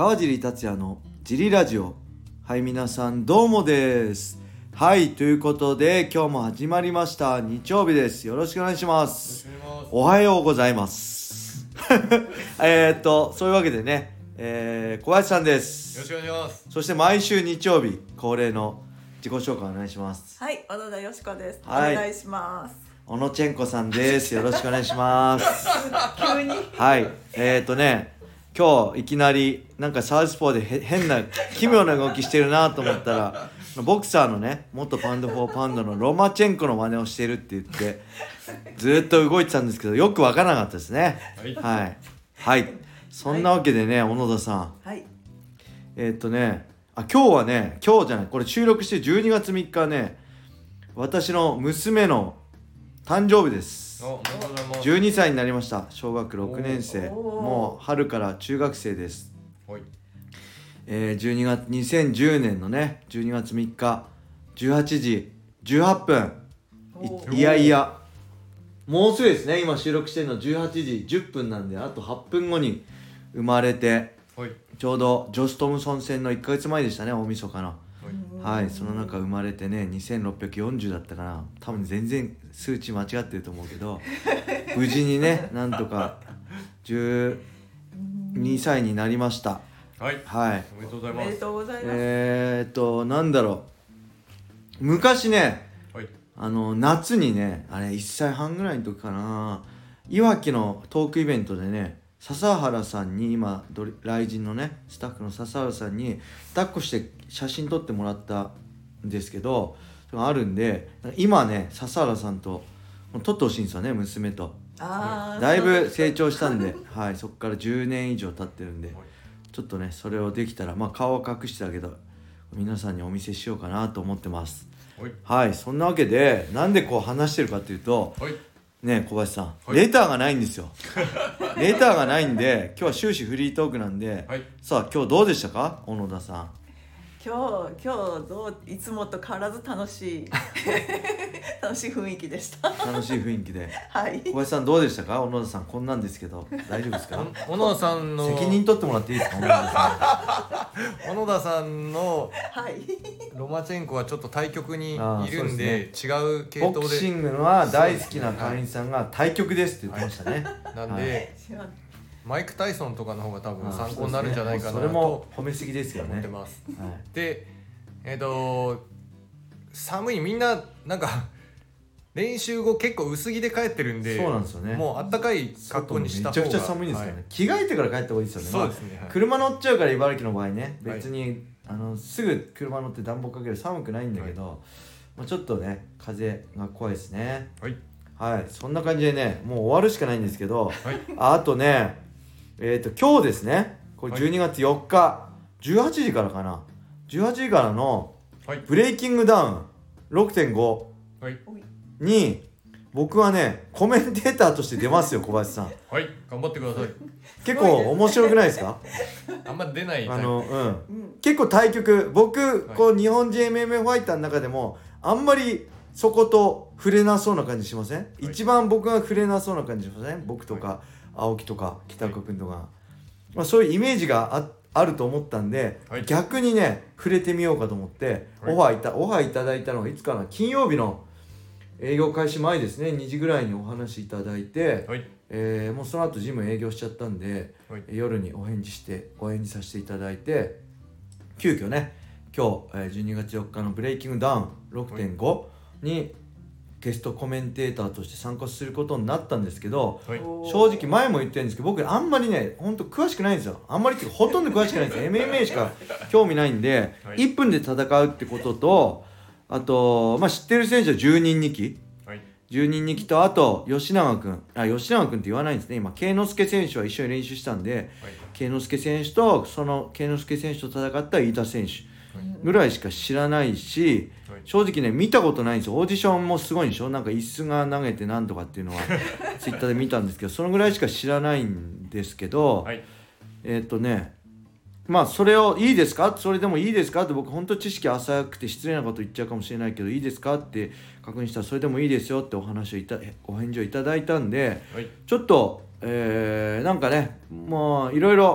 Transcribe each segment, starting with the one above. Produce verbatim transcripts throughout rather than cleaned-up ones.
川尻達也のジリラジオ。はい、皆さんどうもです。はい、ということで今日も始まりました。日曜日です。よろしくお願いします。おはようございますえっとそういうわけでね、えー、小林さんです。 よろしくお願いします。 そして毎週日曜日恒例の自己紹介お願いします。 はい、小野田よしこです。 はい、 お願いします。 小野チェンコさんです。よろしくお願いします急にはいえーとね今日いきなりなんかサウスポーでへ変な奇妙な動きしてるなと思ったらボクサーのね元パウンドフォーパウンドのロマチェンコの真似をしてるって言ってずっと動いてたんですけどよくわからなかったですね。はいはい、はい、そんなわけでね、はい、小野田さん、 はい、 えーっとねあ今日はね今日じゃないこれ収録してじゅうにがつみっかね私の娘の誕生日です。じゅうにさいになりました。小学ろくねんせい、もう春から中学生です。 はい、 えー、じゅうにがつにせんじゅうねんのねじゅうにがつみっかじゅうはちじじゅうはっぷん い, いやいやもうすぐですね。今収録してるのじゅうはちじじゅっぷんなんであとはっぷんごに生まれて、 はい、 ちょうどジョストムソン戦のいっかげつまえでしたね。大晦日のはい、その中生まれてねにせんろっぴゃくよんじゅうだったかな。多分全然数値間違ってると思うけど無事にねなんとかじゅうにさいになりました。 はい、 はい、 おめでとうございます。おめでとうございます。 えーっとなんだろう昔ね、 はい、 あの夏にねあれいっさいはんぐらいの時かないわきのトークイベントでね笹原さんに今雷神のねスタッフの笹原さんに抱っこして写真撮ってもらったんですけどあるんで今ね笹原さんと撮ってほしいんですよね。娘とあだいぶ成長したんではい、そこからじゅうねん以上経ってるんで、はい、ちょっとねそれをできたらまあ顔は隠してたけど皆さんにお見せしようかなと思ってます。はい、はい、そんなわけでなんでこう話してるかっていうと、はいねえ小林さん、はい、レターがないんですよレターがないんで今日は終始フリートークなんで、はい、さあ今日どうでしたか小野田さん。 今日今日どういつもと変わらず楽しい楽しい雰囲気でした。 楽しい雰囲気ではい小林さんどうでしたか。小野田さんこんなんですけど大丈夫ですか小野田さんの責任取ってもらっていいですか小野田さん小野田さんのはいロマチェンコはちょっと対局にいるんで、ね、違う系統でボクシングは大好きな会員さんが対局ですって言ってましたね、 はい、なんで、はい、マイク・タイソンとかの方が多分参考になるんじゃないかなと、 それも褒めすぎですよね思ってます、はい、でえっ、ー、と寒いみんななんか練習後結構薄着で帰ってるんでそうなんですよね。 もうあったかい格好にした方がめちゃくちゃ寒いんですからね、はい、着替えてから帰った方がいいですよね。 そうですね、 まあはい、車乗っちゃうから茨城の場合ね別に、はい、あのすぐ車乗って暖房かける寒くないんだけど、はい、まあ、ちょっとね風が怖いですね。はい、はい、そんな感じでねもう終わるしかないんですけど、はい、あ, あとねえっ、ー、と今日ですねこれじゅうにがつよっか、はい、じゅうはちじからかなじゅうはちじからのブレイキングダウン ろくてんご に僕はねコメンテーターとして出ますよ小林さん。 はい頑張ってください。 結構面白くないですかあんま出ないあの、うん、結構対局僕、はい、こう日本人 エムエムエー ファイターの中でもあんまりそこと触れなそうな感じしません、はい、一番僕が触れなそうな感じしません僕とか、はい、青木とか北岡君とか、はい、まあ、そういうイメージが あ, あると思ったんで、はい、逆にね触れてみようかと思って、はい、オファーいたオファーいただいたのがいつかな金曜日の営業開始前ですねにじぐらいにお話いただいて、はい、えー、もうその後ジム営業しちゃったんで、はい、夜にお返事してお返事させていただいて急遽ね今日じゅうにがつよっかのブレイキングダウン ろくてんご にゲストコメンテーターとして参加することになったんですけど、はい、正直前も言ってるんですけど僕あんまりねほんと詳しくないんですよ。あんまりっていうかほとんど詳しくないんですよエムエムエー しか興味ないんで、はい、いっぷんで戦うってこととあと、まあ、知ってる選手はじゅうにんにき、はい、じゅうにんにきとあと吉永君あ吉永君って言わないんですね今慶之助選手は一緒に練習したんで、はい、慶之助選手とその慶之助選手と戦った飯田選手ぐらいしか知らないし、はい、正直ね見たことないんですよ。オーディションもすごいんでしょなんか椅子が投げてなんとかっていうのはツイッターで見たんですけどそのぐらいしか知らないんですけど、はい、えーっとねまあそれをいいですかそれでもいいですかって僕本当知識浅くて失礼なこと言っちゃうかもしれないけどいいですかって確認したらそれでもいいですよってお話をいたお返事をいただいたんで、はい、ちょっと、えー、なんかねもういろいろ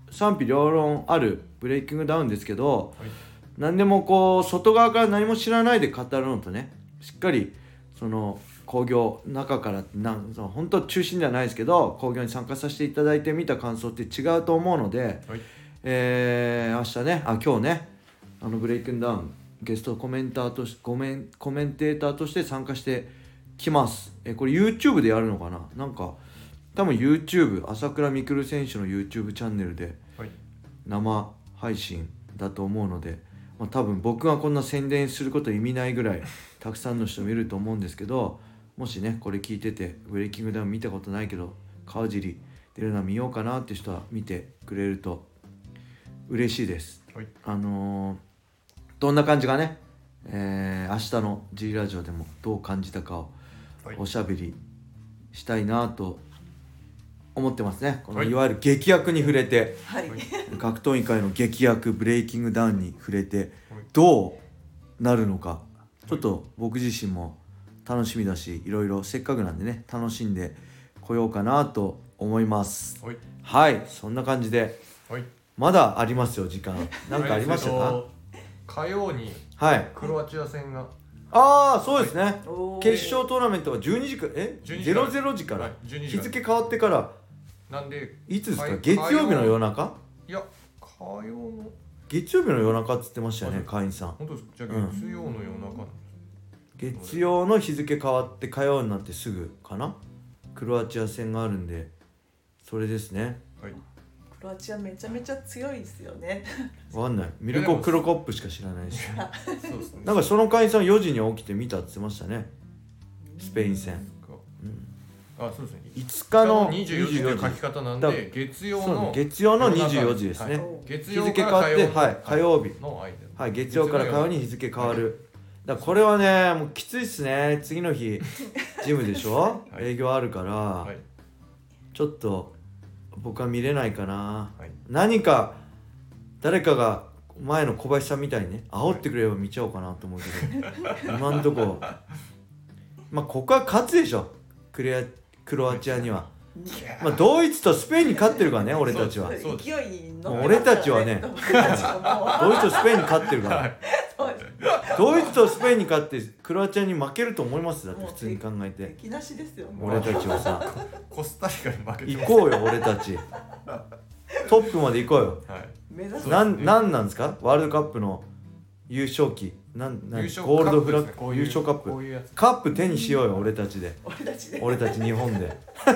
賛否両論あるブレイキングダウンですけど、 はい、 何でもこう外側から何も知らないで語るのとね、しっかりその興行中からなんその本当中心ではないですけど興行に参加させていただいて見た感想って違うと思うので、はい、えー、明日ねあ今日ねあのブレイキングダウンゲストコメンターとしコメンコメンテーターとして参加してきます。えこれ YouTube でやるのかな、なんか多分 YouTube 朝倉未来選手の YouTube チャンネルで生配信だと思うので、まあ、多分僕がこんな宣伝すること意味ないぐらいたくさんの人見ると思うんですけど、もしねこれ聞いててブレイキングダウン見たことないけど川尻出るのは見ようかなって人は見てくれると嬉しいです、はい、あのー、どんな感じがね、えー、明日の G ラジオでもどう感じたかをおしゃべりしたいなと思ってますね。このいわゆる劇薬に触れて、はい、格闘技界の劇薬ブレイキングダウンに触れてどうなるのかちょっと僕自身も楽しみだし、いろいろせっかくなんでね楽しんでこようかなと思います。はい、はい、そんな感じで、はい、まだありますよ時間。なんかありましたか？ 火曜にクロアチア戦が、はい、 ああそうですね、はい、決勝トーナメントはじゅうにじからえゼロゼロじから、はい、日付変わってからなんでいつですか？月曜日の夜中？ いや火曜の月曜日の夜中っつってましたよね会員さん。 本当ですか？じゃあ月曜の夜中、うん、 月曜の日付変わって火曜になってすぐかな、クロアチア戦があるんでそれですね。はい、 クロアチアめちゃめちゃ強いですよね。 わかんない、ミルコ・クロコップしか知らないしそうですね、なんかその会員さんよじに起きて見たって言ってましたね、スペイン戦。 うん、あそうですね、 いつかのにじゅうよじの書き方なんで月曜の月曜のにじゅうよじですね、はい、月曜から火曜日、はい、火曜日の間、はい、月曜から火曜に日付変わる、はい、だからこれはねもうきついっすね。次の日ジムでしょ、はい、営業あるから、はい、ちょっと僕は見れないかな、はい、何か誰かが前の小林さんみたいにね煽ってくれれば見ちゃおうかなと思うけど、はい、今んとこまあここは勝つでしょクレアクロアチアには。まあドイツとスペインに勝ってるからね俺たちは。勢いの俺たちはねドイツとスペインに勝ってるから、はい、ドイツとスペインに勝ってクロアチアに負けると思います？だって普通に考えて敵なしですよ。 俺たちはさコスタリカに負けて行こうよ俺たちトップまで行こうよ、はい、なん、なんなんですかワールドカップの優勝旗なんなんゴールドフラッグ優勝カップ、ね、カップ手にしようよ俺たちで俺たちで俺たち日本でね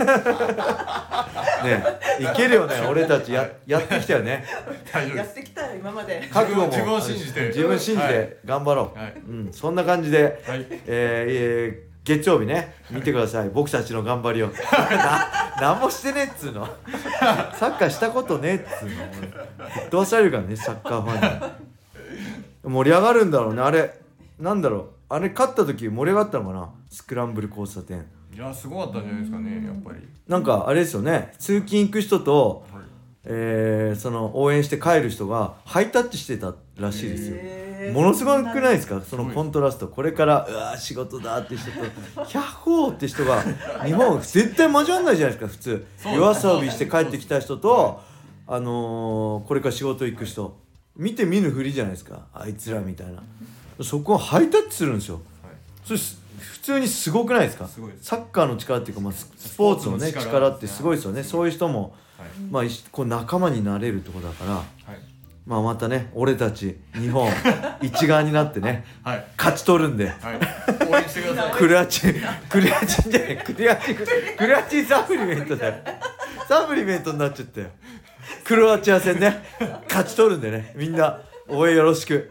えいけるよね俺たち や, やってきたよねやってきたよ今まで。 覚悟も自分を信じて自分信じて頑張ろう、はい、うん、そんな感じで、はい、えー、月曜日ね見てください僕たちの頑張りをな何もしてねえっつうのサッカーしたことねえっつうの俺どうされるからねサッカーファンに盛り上がるんだろうねあれ。なんだろうあれ勝った時盛り上がったのかなスクランブル交差点。 いやすごかったんじゃないですかねやっぱり。 なんかあれですよね通勤行く人と、はい、えー、その応援して帰る人がハイタッチしてたらしいですよ。ものすごくないですかそのコントラスト。これからうわ仕事だって人とヒャッホーって人が日本絶対交わんないじゃないですか普通。夜遊びして帰ってきた人とあのー、これから仕事行く人見て見ぬふりじゃないですかあいつらみたいな。そこをハイタッチするんですよ、はい、それ普通にすごくないですか？すごいです。サッカーの力っていうか、まあ、スポーツの、ね、力ってすごいですよね。そういう人も、はい、まあ、こう仲間になれるところだから、はい、まあ、またね俺たち日本一丸になってね、はい、勝ち取るんで、はい、応援してくださいクレアチンクレアチンじゃないクレアチンクレアチンサプリメントだよサプリメントになっちゃったよ。クロアチア戦ね勝ち取るんでねみんな応援よろしく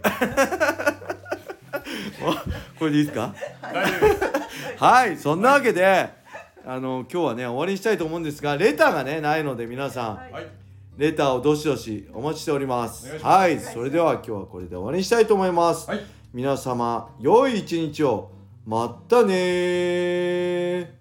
これでいいですか？はい、そんなわけであの今日はね終わりにしたいと思うんですがレターがねないので皆さん、はい、レターをどしどしお待ちしております。はい、それでは今日はこれで終わりにしたいと思います、はい、皆様良い一日を。またねー。